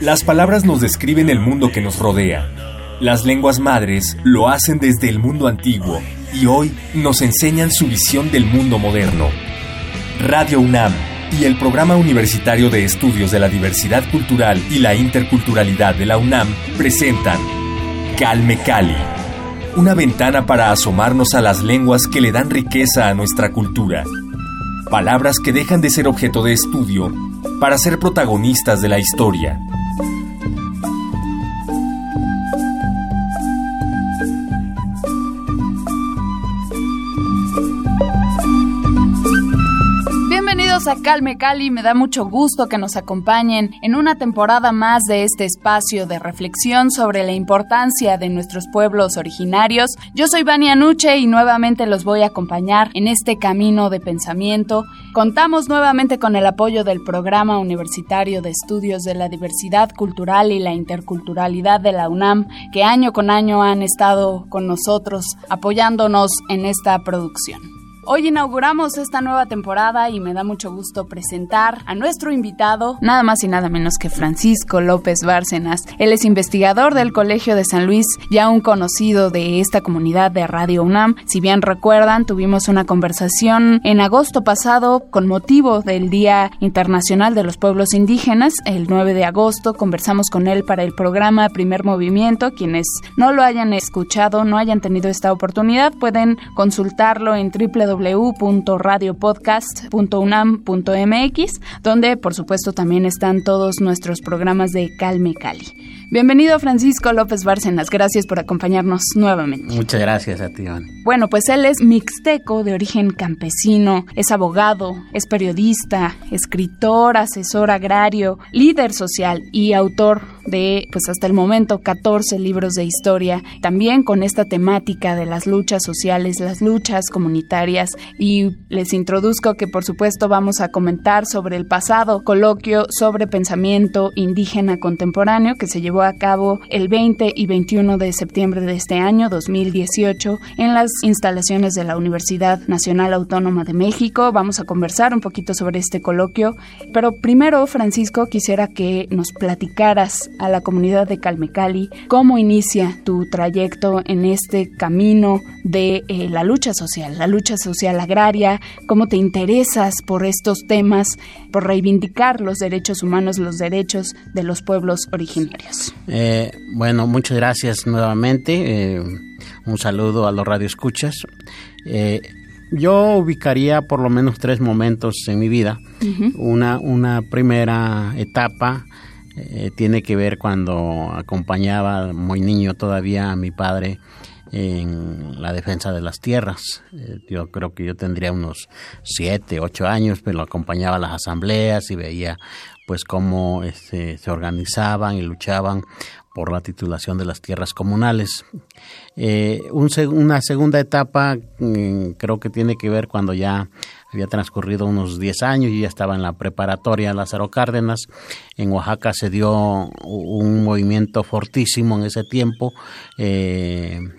Las palabras nos describen el mundo que nos rodea. Las lenguas madres lo hacen desde el mundo antiguo y hoy nos enseñan su visión del mundo moderno. Radio UNAM y el Programa Universitario de Estudios de la Diversidad Cultural y la Interculturalidad de la UNAM presentan Calme Cali, una ventana para asomarnos a las lenguas que le dan riqueza a nuestra cultura. Palabras que dejan de ser objeto de estudio para ser protagonistas de la historia. Bienvenidos a Calme Cali, me da mucho gusto que nos acompañen en una temporada más de este espacio de reflexión sobre la importancia de nuestros pueblos originarios. Yo soy Vania Nuche y nuevamente los voy a acompañar en este camino de pensamiento. Contamos nuevamente con el apoyo del Programa Universitario de Estudios de la Diversidad Cultural y la Interculturalidad de la UNAM, que año con año han estado con nosotros apoyándonos en esta producción. Hoy inauguramos esta nueva temporada y me da mucho gusto presentar a nuestro invitado, nada más y nada menos que Francisco López Bárcenas. Él es investigador del Colegio de San Luis, ya un conocido de esta comunidad de Radio UNAM. Si bien recuerdan, tuvimos una conversación en agosto pasado con motivo del Día Internacional de los Pueblos Indígenas. El 9 de agosto conversamos con él para el programa Primer Movimiento. Quienes no lo hayan escuchado, no hayan tenido esta oportunidad, pueden consultarlo en www.radiopodcast.unam.mx, donde por supuesto también están todos nuestros programas de Calme Cali. Bienvenido Francisco López Bárcenas, gracias por acompañarnos nuevamente. Muchas gracias a ti, Iván. Bueno, pues él es mixteco de origen campesino, es abogado, es periodista, escritor, asesor agrario, líder social y autor de, pues hasta el momento, 14 libros de historia, también con esta temática de las luchas sociales, las luchas comunitarias, y les introduzco que por supuesto vamos a comentar sobre el pasado coloquio sobre pensamiento indígena contemporáneo que se llevó a cabo el 20 y 21 de septiembre de este año 2018 en las instalaciones de la Universidad Nacional Autónoma de México. Vamos a conversar un poquito sobre este coloquio, pero primero, Francisco, quisiera que nos platicaras a la comunidad de Calme Cali cómo inicia tu trayecto en este camino de la lucha social agraria, cómo te interesas por estos temas, por reivindicar los derechos humanos, los derechos de los pueblos originarios. Bueno, muchas gracias nuevamente. Un saludo a los radioescuchas. Yo ubicaría por lo menos 3 momentos en mi vida. Uh-huh. Una primera etapa tiene que ver cuando acompañaba muy niño todavía a mi padre en la defensa de las tierras. Yo creo que yo tendría unos 7, 8 años, pero lo acompañaba a las asambleas y veía pues cómo se organizaban y luchaban por la titulación de las tierras comunales. Una segunda etapa creo que tiene que ver cuando ya había transcurrido unos 10 años y ya estaba en la preparatoria Lázaro Cárdenas. En Oaxaca se dio un movimiento fortísimo en ese tiempo en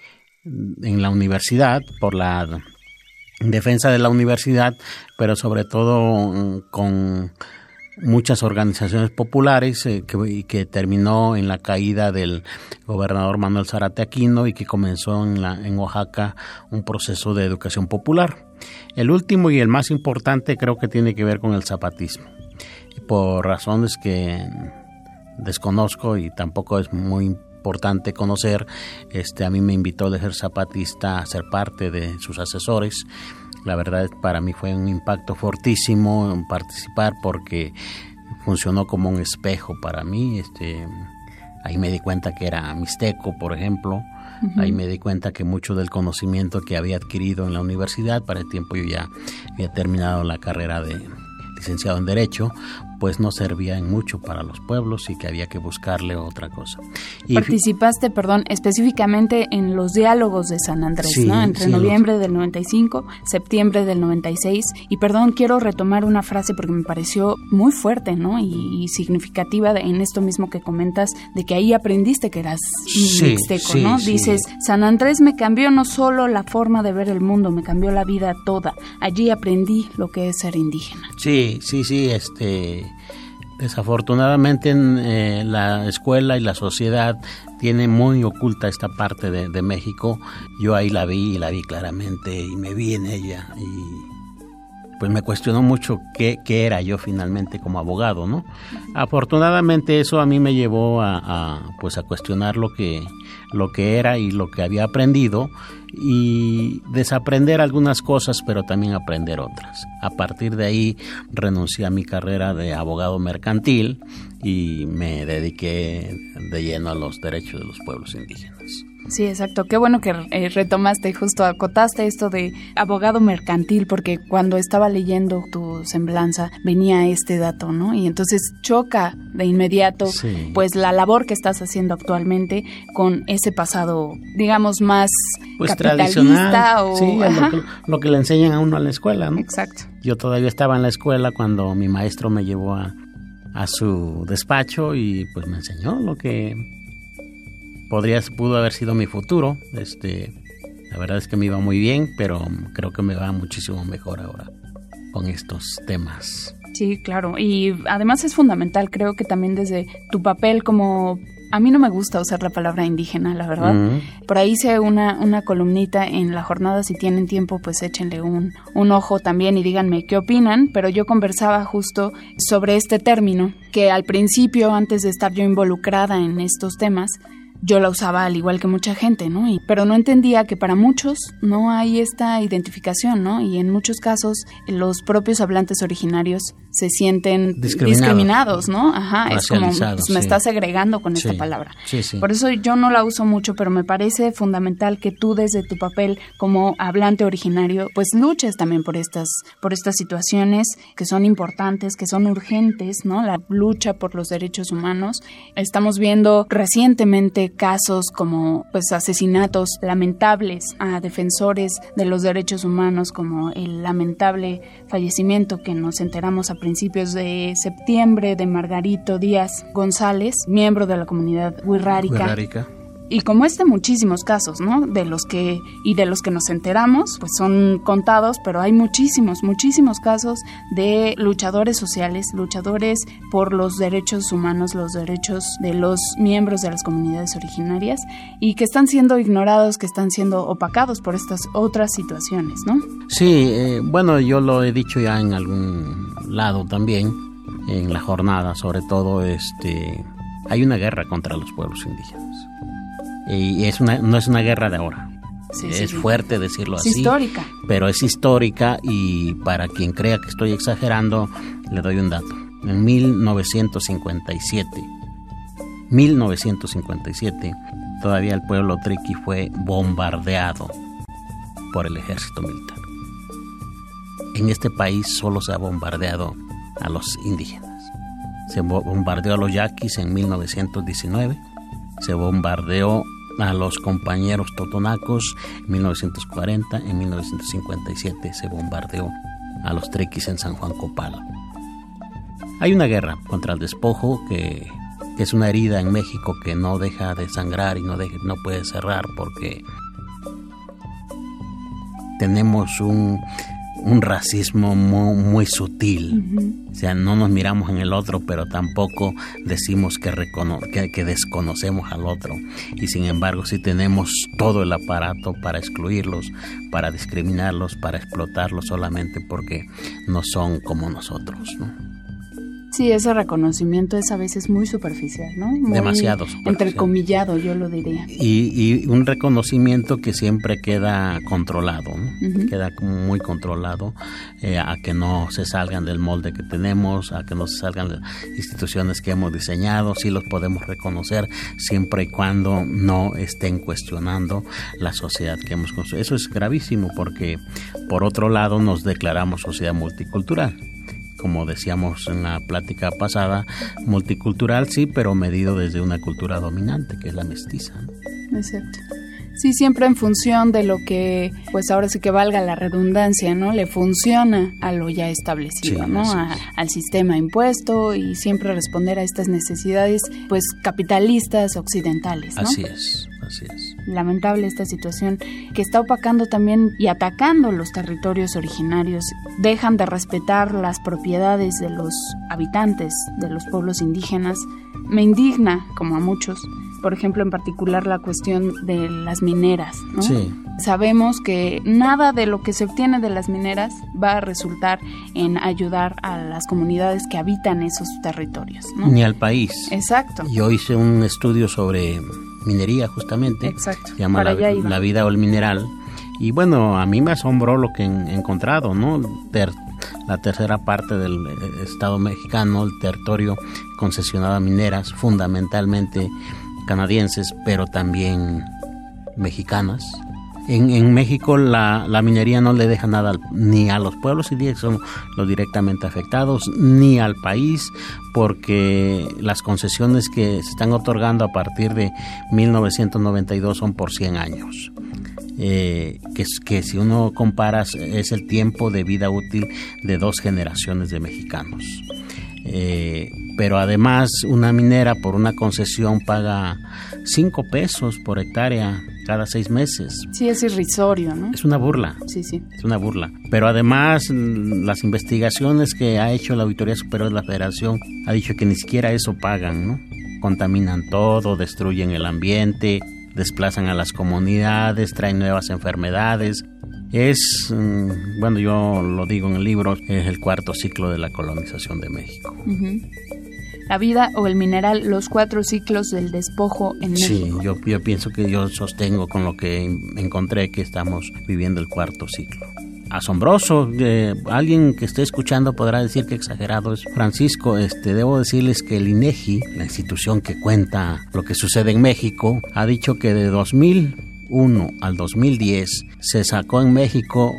la universidad, por la defensa de la universidad, pero sobre todo con muchas organizaciones populares que terminó en la caída del gobernador Manuel Zárate Aquino y que comenzó en Oaxaca un proceso de educación popular. El último y el más importante creo que tiene que ver con el zapatismo, por razones que desconozco y tampoco es muy importante conocer. A mí me invitó el Ejército Zapatista a ser parte de sus asesores. La verdad, para mí fue un impacto fortísimo participar porque funcionó como un espejo para mí. Ahí me di cuenta que era mixteco, por ejemplo. Uh-huh. Ahí me di cuenta que mucho del conocimiento que había adquirido en la universidad, para el tiempo yo ya había terminado la carrera de licenciado en Derecho, pues no servía en mucho para los pueblos y que había que buscarle otra cosa. Y participaste, específicamente en los diálogos de San Andrés, sí, ¿no? Entre noviembre del 95, septiembre del 96. Y quiero retomar una frase porque me pareció muy fuerte, ¿no? Y significativa en esto mismo que comentas, de que ahí aprendiste que eras mixteco, ¿no? Sí. Dices, San Andrés me cambió no solo la forma de ver el mundo, me cambió la vida toda. Allí aprendí lo que es ser indígena. Sí. Desafortunadamente la escuela y la sociedad tienen muy oculta esta parte de México. Yo ahí la vi claramente y me vi en ella y pues me cuestionó mucho qué era yo finalmente como abogado, ¿no? Afortunadamente eso a mí me llevó a cuestionar lo que era y lo que había aprendido y desaprender algunas cosas, pero también aprender otras. A partir de ahí renuncié a mi carrera de abogado mercantil y me dediqué de lleno a los derechos de los pueblos indígenas. Sí, exacto. Qué bueno que retomaste, justo acotaste esto de abogado mercantil, porque cuando estaba leyendo tu semblanza venía este dato, ¿no? Y entonces choca de inmediato, sí, pues la labor que estás haciendo actualmente con ese pasado, digamos, más pues capitalista o sí, lo que le enseñan a uno en la escuela, ¿no? Exacto. Yo todavía estaba en la escuela cuando mi maestro me llevó a su despacho y pues me enseñó lo que pudo haber sido mi futuro. La verdad es que me iba muy bien, pero creo que me va muchísimo mejor ahora con estos temas. Sí, claro, y además es fundamental, creo que también desde tu papel como... A mí no me gusta usar la palabra indígena, la verdad. Por ahí hice una columnita en La Jornada, si tienen tiempo, pues échenle un ojo también y díganme qué opinan, pero yo conversaba justo sobre este término, que al principio, antes de estar yo involucrada en estos temas, yo la usaba al igual que mucha gente, ¿no? Pero no entendía que para muchos no hay esta identificación, ¿no? Y en muchos casos los propios hablantes originarios se sienten discriminados, ¿no? Ajá, es como, pues, me estás segregando con esta palabra. Sí, sí. Por eso yo no la uso mucho, pero me parece fundamental que tú desde tu papel como hablante originario, pues luches también por estas situaciones que son importantes, que son urgentes, ¿no? La lucha por los derechos humanos. Estamos viendo recientemente casos como pues asesinatos lamentables a defensores de los derechos humanos, como el lamentable fallecimiento que nos enteramos a principios de septiembre de Margarito Díaz González, miembro de la comunidad wixárika. Y como muchísimos casos, ¿no? De los que nos enteramos, pues son contados, pero hay muchísimos casos de luchadores sociales, luchadores por los derechos humanos, los derechos de los miembros de las comunidades originarias y que están siendo ignorados, que están siendo opacados por estas otras situaciones, ¿no? Sí, bueno, yo lo he dicho ya en algún lado también, en La Jornada, sobre todo, hay una guerra contra los pueblos indígenas. Y no es una guerra de ahora. Es fuerte decirlo así. Es histórica. Pero es histórica y para quien crea que estoy exagerando, le doy un dato. En 1957, todavía el pueblo triqui fue bombardeado por el ejército militar. En este país solo se ha bombardeado a los indígenas. Se bombardeó a los yaquis en 1919. Se bombardeó a los compañeros totonacos en 1940, en 1957 se bombardeó a los triquis en San Juan Copala. Hay una guerra contra el despojo que es una herida en México que no deja de sangrar y no puede cerrar porque tenemos un racismo muy sutil. O sea, no nos miramos en el otro, pero tampoco decimos que desconocemos al otro. Y sin embargo, sí tenemos todo el aparato para excluirlos, para discriminarlos, para explotarlos solamente porque no son como nosotros, ¿no? Sí, ese reconocimiento es a veces muy superficial, ¿no? Demasiado superficial. Entrecomillado, yo lo diría. Y un reconocimiento que siempre queda controlado, ¿no? Queda muy controlado a que no se salgan del molde que tenemos, a que no se salgan de las instituciones que hemos diseñado. Sí los podemos reconocer siempre y cuando no estén cuestionando la sociedad que hemos construido. Eso es gravísimo porque, por otro lado, nos declaramos sociedad multicultural. Como decíamos en la plática pasada, multicultural sí, pero medido desde una cultura dominante, que es la mestiza, ¿no? Exacto. Sí, siempre en función de lo que, pues ahora sí que valga la redundancia, ¿no? Le funciona a lo ya establecido, sí, ¿no? Al sistema impuesto y siempre responder a estas necesidades, pues capitalistas occidentales, ¿no? Así es, así es. lamentable esta situación que está opacando también y atacando los territorios originarios. Dejan de respetar las propiedades de los habitantes, de los pueblos indígenas. Me indigna, como a muchos, por ejemplo, en particular la cuestión de las mineras, ¿no? Sí. Sabemos que nada de lo que se obtiene de las mineras va a resultar en ayudar a las comunidades que habitan esos territorios, ¿no? Ni al país. Exacto. Yo hice un estudio sobre minería, justamente. Exacto. Se llama la vida o el mineral. Y bueno, a mí me asombró lo que he encontrado, ¿no? La tercera parte del Estado mexicano, el territorio concesionado a mineras, fundamentalmente canadienses, pero también mexicanas. En México la minería no le deja nada ni a los pueblos indígenas, son los directamente afectados, ni al país, porque las concesiones que se están otorgando a partir de 1992 son por 100 años. Que si uno compara es el tiempo de vida útil de 2 generaciones de mexicanos. Pero además una minera por una concesión paga 5 pesos por hectárea cada 6 meses. Sí, es irrisorio, ¿no? Es una burla. Sí. Es una burla. Pero además las investigaciones que ha hecho la Auditoría Superior de la Federación ha dicho que ni siquiera eso pagan, ¿no? Contaminan todo, destruyen el ambiente, desplazan a las comunidades, traen nuevas enfermedades. Es, bueno, yo lo digo en el libro, es el 4º ciclo de la colonización de México. Uh-huh. La vida o el mineral, los 4 ciclos del despojo en México. Sí, yo pienso que yo sostengo con lo que encontré que estamos viviendo el 4º ciclo. Asombroso, alguien que esté escuchando podrá decir que exagerado es. Francisco, debo decirles que el INEGI, la institución que cuenta lo que sucede en México, ha dicho que de 2001 al 2010 se sacó en México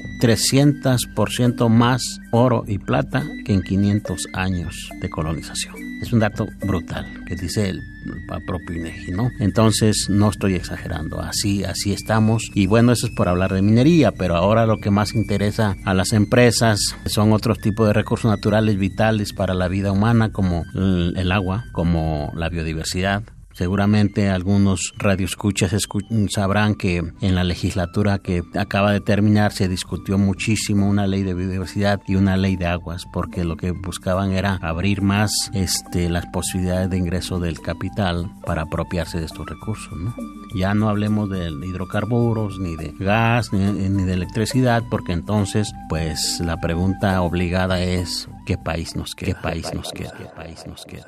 300% más oro y plata que en 500 años de colonización. Es un dato brutal que dice el propio INEGI, ¿no? Entonces no estoy exagerando, así estamos. Y bueno, eso es por hablar de minería, pero ahora lo que más interesa a las empresas son otros tipos de recursos naturales vitales para la vida humana, como el agua, como la biodiversidad. Seguramente algunos radioescuchas sabrán que en la legislatura que acaba de terminar se discutió muchísimo una ley de biodiversidad y una ley de aguas, porque lo que buscaban era abrir más las posibilidades de ingreso del capital para apropiarse de estos recursos, ¿no? Ya no hablemos de hidrocarburos, ni de gas, ni de electricidad, porque entonces, pues, la pregunta obligada es ¿qué país nos queda? ¿Qué país nos queda? ¿Qué país nos queda?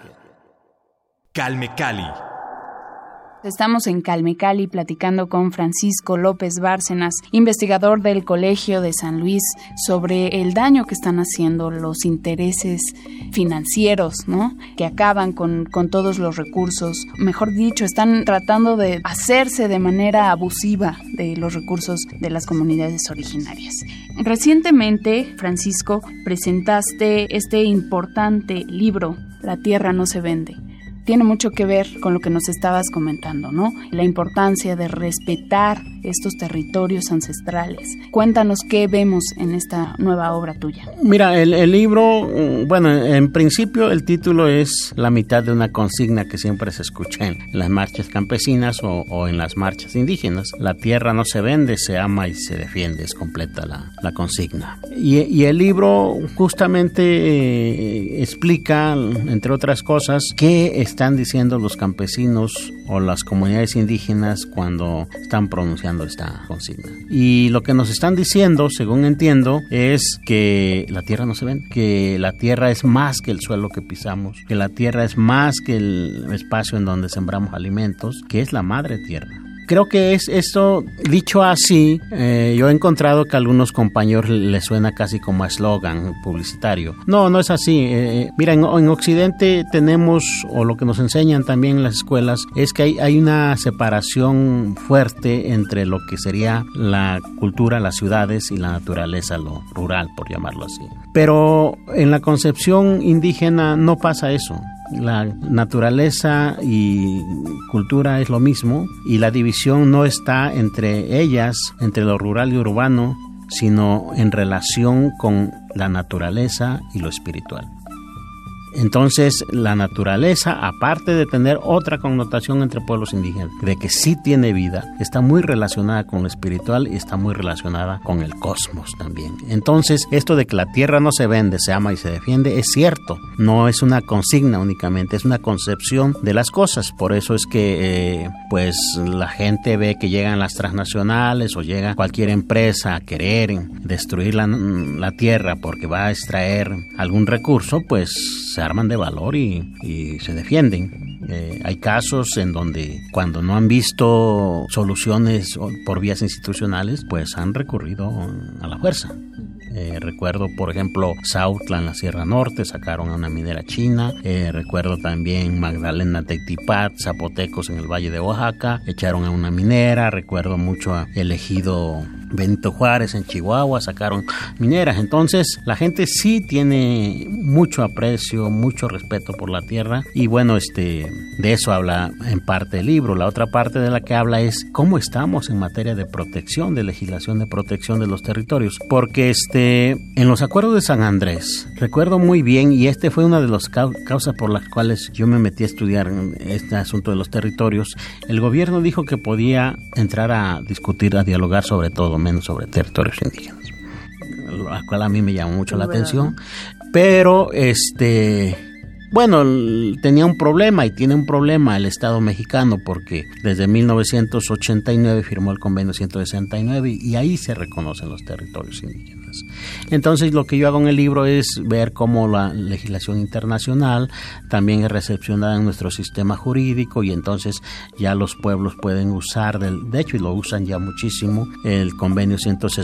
Calme Cali. Estamos en Calme Cali platicando con Francisco López Bárcenas, investigador del Colegio de San Luis, sobre el daño que están haciendo los intereses financieros, ¿no? Que acaban con todos los recursos. Mejor dicho, están tratando de hacerse de manera abusiva de los recursos de las comunidades originarias. Recientemente, Francisco, presentaste este importante libro, La Tierra no se vende. Tiene mucho que ver con lo que nos estabas comentando, ¿no? La importancia de respetar estos territorios ancestrales. Cuéntanos qué vemos en esta nueva obra tuya. Mira, el libro, bueno, en principio el título es la mitad de una consigna que siempre se escucha en las marchas campesinas o en las marchas indígenas. La tierra no se vende, se ama y se defiende, es completa la consigna. Y el libro justamente explica, entre otras cosas, qué están diciendo los campesinos o las comunidades indígenas cuando están pronunciando esta consigna. Y lo que nos están diciendo, según entiendo, es que la tierra no se vende, que la tierra es más que el suelo que pisamos, que la tierra es más que el espacio en donde sembramos alimentos, que es la madre tierra. Creo que es esto, dicho así, yo he encontrado que a algunos compañeros les suena casi como a eslogan publicitario. No es así. Mira, en Occidente tenemos, o lo que nos enseñan también en las escuelas, es que hay una separación fuerte entre lo que sería la cultura, las ciudades y la naturaleza, lo rural, por llamarlo así. Pero en la concepción indígena no pasa eso. La naturaleza y cultura es lo mismo y la división no está entre ellas, entre lo rural y urbano, sino en relación con la naturaleza y lo espiritual. Entonces, la naturaleza, aparte de tener otra connotación entre pueblos indígenas, de que sí tiene vida, está muy relacionada con lo espiritual y está muy relacionada con el cosmos también. Entonces, esto de que la tierra no se vende, se ama y se defiende, es cierto. No es una consigna únicamente, es una concepción de las cosas. Por eso es que, pues, la gente ve que llegan las transnacionales o llega cualquier empresa a querer destruir la tierra porque va a extraer algún recurso, pues se arman de valor y se defienden. Hay casos en donde cuando no han visto soluciones por vías institucionales, pues han recurrido a la fuerza. Recuerdo, por ejemplo, Sautla en la Sierra Norte, sacaron a una minera china. Recuerdo también Magdalena Tectipat, zapotecos en el Valle de Oaxaca, echaron a una minera. Recuerdo mucho a el ejido Benito Juárez en Chihuahua, sacaron mineras. Entonces, la gente sí tiene mucho aprecio, mucho respeto por la tierra. Y bueno, de eso habla en parte el libro. La otra parte de la que habla es cómo estamos en materia de protección, de legislación de protección de los territorios. Porque en los acuerdos de San Andrés, recuerdo muy bien, y fue una de las causas por las cuales yo me metí a estudiar este asunto de los territorios. El gobierno dijo que podía entrar a discutir, a dialogar sobre todo, menos sobre territorios indígenas, la cual a mí me llamó mucho la atención. Pero bueno, tenía un problema y tiene un problema el Estado mexicano porque desde 1989 firmó el Convenio 169 y ahí se reconocen los territorios indígenas. Entonces, lo que yo hago en el libro es ver cómo la legislación internacional también es recepcionada en nuestro sistema jurídico y entonces ya los pueblos pueden usar, de hecho, y lo usan ya muchísimo, el Convenio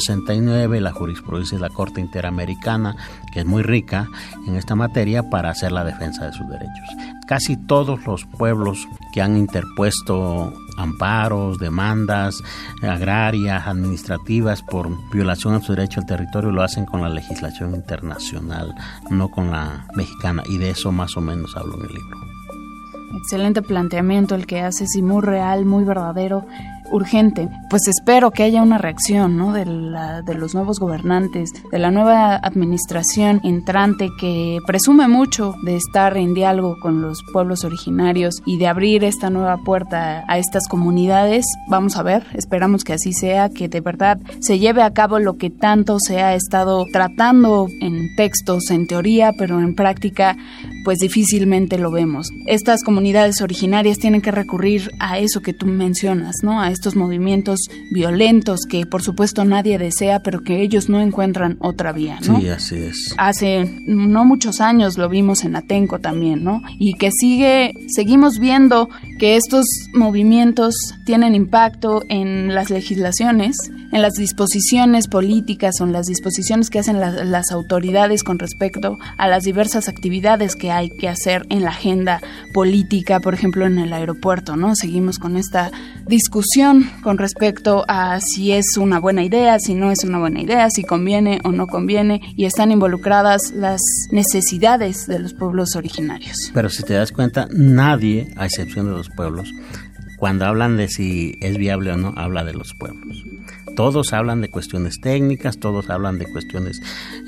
169, la jurisprudencia de la Corte Interamericana, que es muy rica en esta materia para hacer la defensa de sus derechos. Casi todos los pueblos que han interpuesto amparos, demandas agrarias, administrativas por violación a su derecho al territorio lo hacen con la legislación internacional, no con la mexicana, y de eso más o menos hablo en el libro. Excelente planteamiento el que haces y muy real, muy verdadero, urgente. Pues espero que haya una reacción, ¿no?, de los nuevos gobernantes, de la nueva administración entrante que presume mucho de estar en diálogo con los pueblos originarios y de abrir esta nueva puerta a estas comunidades. Vamos a ver, esperamos que así sea, que de verdad se lleve a cabo lo que tanto se ha estado tratando en textos, en teoría, pero en práctica pues difícilmente lo vemos. Estas comunidades originarias tienen que recurrir a eso que tú mencionas, ¿no?, a estos movimientos violentos que por supuesto nadie desea, pero que ellos no encuentran otra vía, ¿no? Sí, así es. Hace no muchos años lo vimos en Atenco también, ¿no? Y que seguimos viendo que estos movimientos tienen impacto en las legislaciones, en las disposiciones políticas o en las disposiciones que hacen las autoridades con respecto a las diversas actividades que hay que hacer en la agenda política, por ejemplo en el aeropuerto, ¿no? Seguimos con esta discusión con respecto a si es una buena idea, si no es una buena idea, si conviene o no conviene, y están involucradas las necesidades de los pueblos originarios. Pero si te das cuenta, nadie, a excepción de los pueblos, cuando hablan de si es viable o no, habla de los pueblos. Todos hablan de cuestiones técnicas, todos hablan de cuestiones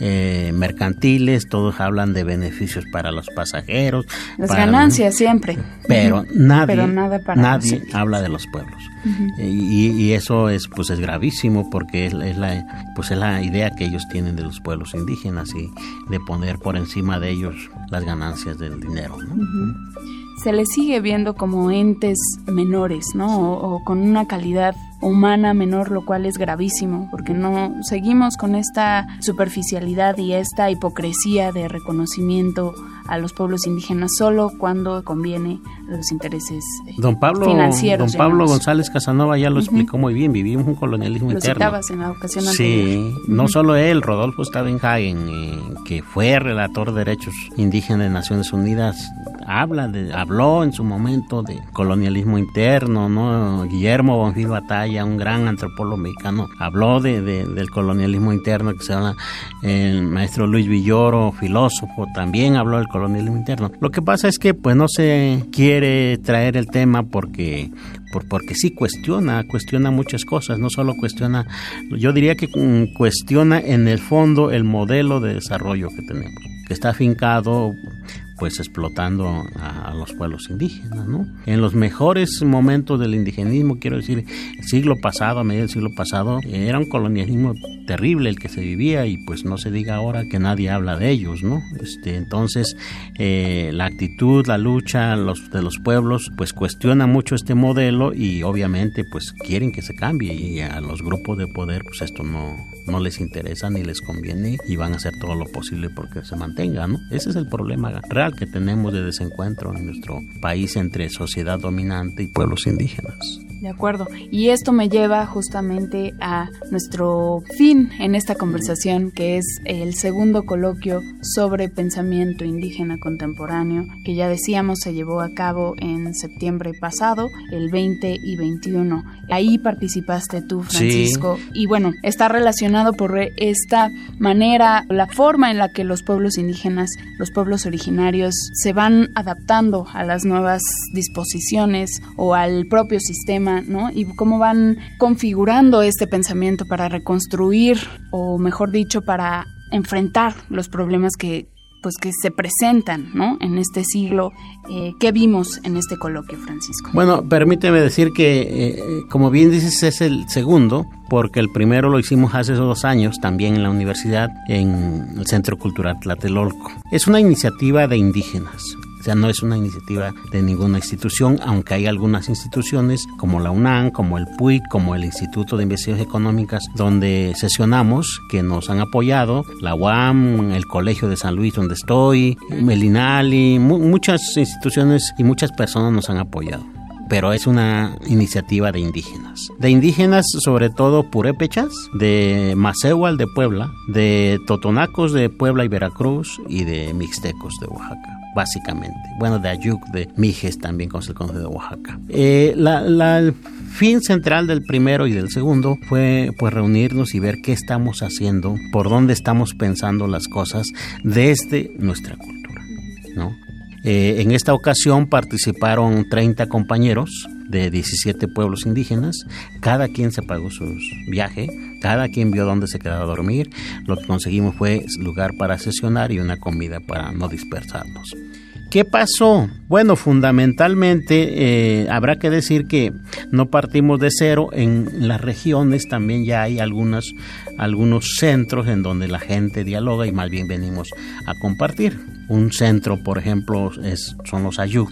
mercantiles, todos hablan de beneficios para los pasajeros. Las ganancias siempre. Pero nadie habla de los pueblos. Uh-huh. Y eso es gravísimo porque es la idea que ellos tienen de los pueblos indígenas y de poner por encima de ellos las ganancias del dinero, ¿no? Uh-huh. Se les sigue viendo como entes menores, ¿no? O con una calidad humana menor, lo cual es gravísimo, porque no seguimos con esta superficialidad y esta hipocresía de reconocimiento a los pueblos indígenas solo cuando conviene a los intereses financieros. Don Pablo González Casanova ya lo explicó muy bien, vivimos un colonialismo interno. Lo citabas en la ocasión anterior. Sí, no solo él, Rodolfo Stavenhagen, que fue relator de derechos indígenas de Naciones Unidas, habló en su momento de colonialismo interno, ¿no? Guillermo Bonfil Batalla, un gran antropólogo mexicano, habló del colonialismo interno, que se llama el maestro Luis Villoro, filósofo, también habló del colonialismo interno. Lo que pasa es que pues no se quiere traer el tema porque sí cuestiona muchas cosas, no solo cuestiona, yo diría que cuestiona en el fondo el modelo de desarrollo que tenemos, que está afincado pues explotando a los pueblos indígenas, ¿no? En los mejores momentos del indigenismo, quiero decir, el siglo pasado, a medio del siglo pasado, era un colonialismo terrible el que se vivía, y pues no se diga ahora que nadie habla de ellos, ¿no? Entonces, la actitud, la lucha de los pueblos, pues cuestiona mucho este modelo, y obviamente pues quieren que se cambie, y a los grupos de poder pues esto no les interesa ni les conviene, y van a hacer todo lo posible porque se mantenga, ¿no? Ese es el problema real que tenemos de desencuentro en nuestro país entre sociedad dominante y pueblos indígenas. De acuerdo. Y esto me lleva justamente a nuestro fin en esta conversación, que es el segundo coloquio sobre pensamiento indígena contemporáneo, que ya decíamos se llevó a cabo en septiembre pasado, el 20 y 21. Ahí participaste tú, Francisco. Sí. Y bueno, está relacionado por esta manera, la forma en la que los pueblos indígenas, los pueblos originarios, se van adaptando a las nuevas disposiciones o al propio sistema, ¿no? Y cómo van configurando este pensamiento para reconstruir, o mejor dicho, para enfrentar los problemas que se presentan, ¿no? En este siglo. ¿Qué vimos en este coloquio, Francisco? Bueno, permíteme decir que, como bien dices, es el segundo, porque el primero lo hicimos hace 2 años, también en la universidad, en el Centro Cultural Tlatelolco. Es una iniciativa de indígenas. O sea, no es una iniciativa de ninguna institución, aunque hay algunas instituciones como la UNAM, como el PUIC, como el Instituto de Investigaciones Económicas, donde sesionamos, que nos han apoyado, la UAM, el Colegio de San Luis, donde estoy, el INALI, muchas instituciones y muchas personas nos han apoyado. Pero es una iniciativa de indígenas. De indígenas, sobre todo purépechas, de Macehual de Puebla, de totonacos de Puebla y Veracruz, y de mixtecos de Oaxaca, básicamente. Bueno, de Ayuc, de Mijes también, como se conoce, de Oaxaca. El fin central del primero y del segundo fue pues reunirnos y ver qué estamos haciendo, por dónde estamos pensando las cosas desde nuestra cultura, ¿no? En esta ocasión participaron 30 compañeros de 17 pueblos indígenas. Cada quien se pagó su viaje, cada quien vio dónde se quedaba a dormir. Lo que conseguimos fue lugar para sesionar y una comida para no dispersarnos. ¿Qué pasó? Bueno, fundamentalmente habrá que decir que no partimos de cero. En las regiones también ya hay algunos centros en donde la gente dialoga, y más bien venimos a compartir. Un centro, por ejemplo, son los Ayuc.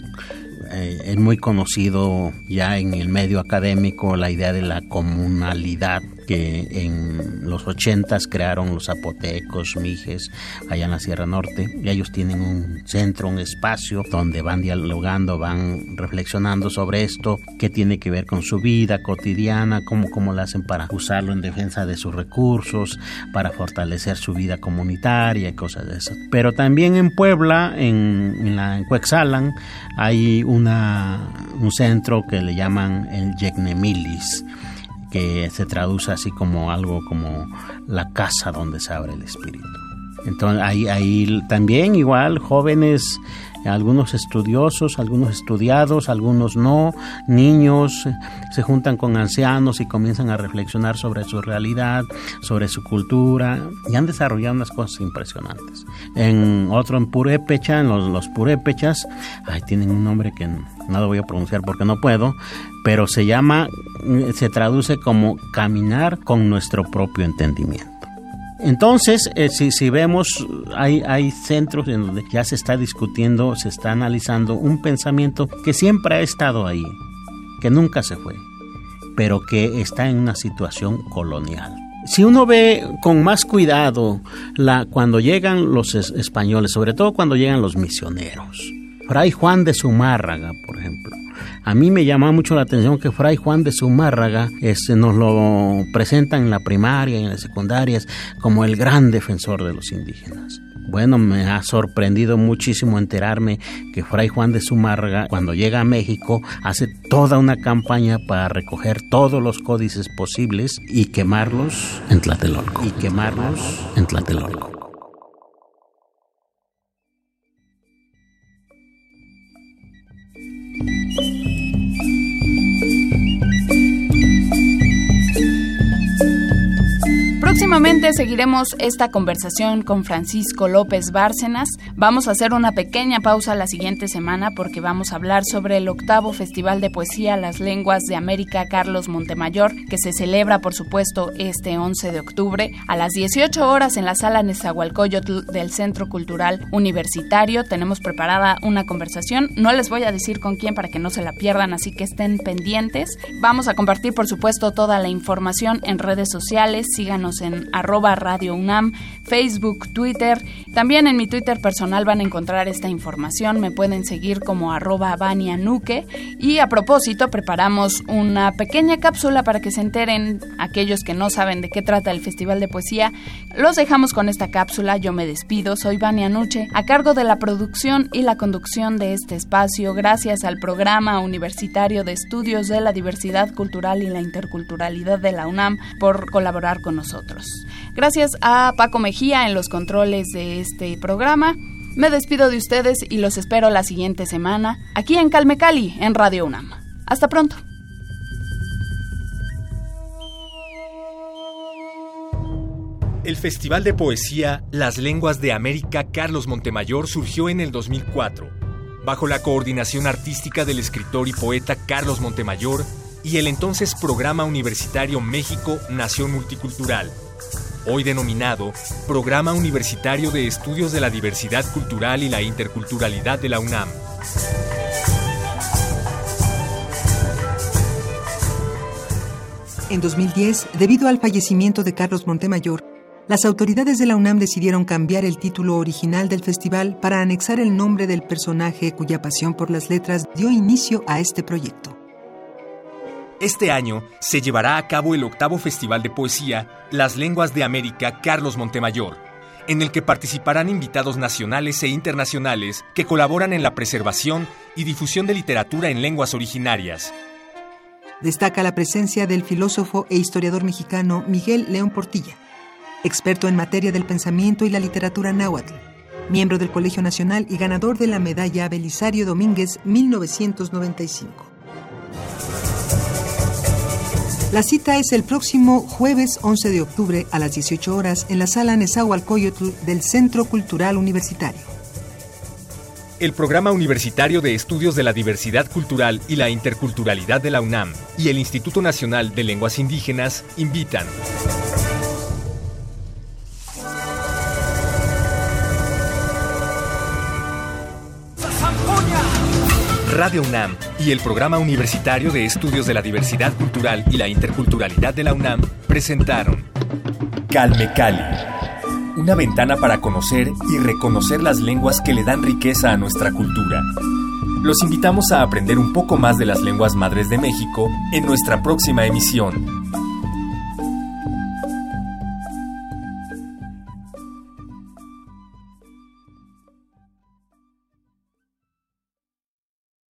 Es muy conocido ya en el medio académico la idea de la comunalidad que en los 80s crearon los zapotecos, mijes, allá en la Sierra Norte. Y ellos tienen un centro, un espacio donde van dialogando, van reflexionando sobre esto, qué tiene que ver con su vida cotidiana, cómo lo hacen para usarlo en defensa de sus recursos, para fortalecer su vida comunitaria y cosas de eso. Pero también en Puebla, en Cuexalan, hay un centro que le llaman el Yecnemilis, que se traduce así como algo como la casa donde se abre el espíritu. Entonces ahí también igual jóvenes, algunos estudiosos, algunos estudiados, algunos no, niños se juntan con ancianos y comienzan a reflexionar sobre su realidad, sobre su cultura, y han desarrollado unas cosas impresionantes. En Purépecha, en los purépechas, tienen un nombre que no lo voy a pronunciar porque no puedo, pero se traduce como caminar con nuestro propio entendimiento. Entonces, si vemos, hay centros en donde ya se está discutiendo, se está analizando un pensamiento que siempre ha estado ahí, que nunca se fue, pero que está en una situación colonial. Si uno ve con más cuidado cuando llegan los españoles, sobre todo cuando llegan los misioneros, Fray Juan de Zumárraga, por ejemplo. A mí me llama mucho la atención que Fray Juan de Zumárraga nos lo presentan en la primaria y en las secundarias como el gran defensor de los indígenas. Bueno, me ha sorprendido muchísimo enterarme que Fray Juan de Zumárraga, cuando llega a México, hace toda una campaña para recoger todos los códices posibles y quemarlos en Tlatelolco. Próximamente que seguiremos esta conversación con Francisco López Bárcenas. Vamos a hacer una pequeña pausa la siguiente semana porque vamos a hablar sobre el 8º Festival de Poesía Las Lenguas de América Carlos Montemayor, que se celebra, por supuesto, este 11 de octubre a las 18 horas en la Sala Nezahualcóyotl del Centro Cultural Universitario. Tenemos preparada una conversación, no les voy a decir con quién para que no se la pierdan, así que estén pendientes. Vamos a compartir, por supuesto, toda la información en redes sociales. Síganos en @Radio UNAM, Facebook, Twitter. También en mi Twitter personal van a encontrar esta información. Me pueden seguir como @VaniaNuque. Y a propósito, preparamos una pequeña cápsula para que se enteren aquellos que no saben de qué trata el Festival de Poesía. Los dejamos con esta cápsula. Yo me despido. Soy Vania Nuche, a cargo de la producción y la conducción de este espacio. Gracias al Programa Universitario de Estudios de la Diversidad Cultural y la Interculturalidad de la UNAM por colaborar con nosotros. Gracias a Paco Mejía en los controles de este programa. Me despido de ustedes y los espero la siguiente semana aquí en Calme Cali, en Radio UNAM. Hasta pronto. El Festival de Poesía Las Lenguas de América Carlos Montemayor surgió en el 2004, bajo la coordinación artística del escritor y poeta Carlos Montemayor y el entonces Programa Universitario México Nación Multicultural, hoy denominado Programa Universitario de Estudios de la Diversidad Cultural y la Interculturalidad de la UNAM. En 2010, debido al fallecimiento de Carlos Montemayor, las autoridades de la UNAM decidieron cambiar el título original del festival para anexar el nombre del personaje cuya pasión por las letras dio inicio a este proyecto. Este año se llevará a cabo el 8º Festival de Poesía Las Lenguas de América Carlos Montemayor, en el que participarán invitados nacionales e internacionales que colaboran en la preservación y difusión de literatura en lenguas originarias. Destaca la presencia del filósofo e historiador mexicano Miguel León Portilla, experto en materia del pensamiento y la literatura náhuatl, miembro del Colegio Nacional y ganador de la medalla Belisario Domínguez 1995. La cita es el próximo jueves 11 de octubre a las 18 horas en la Sala Nezahualcóyotl del Centro Cultural Universitario. El Programa Universitario de Estudios de la Diversidad Cultural y la Interculturalidad de la UNAM y el Instituto Nacional de Lenguas Indígenas invitan. Radio UNAM y el Programa Universitario de Estudios de la Diversidad Cultural y la Interculturalidad de la UNAM presentaron Calme Cali, una ventana para conocer y reconocer las lenguas que le dan riqueza a nuestra cultura. Los invitamos a aprender un poco más de las lenguas madres de México en nuestra próxima emisión.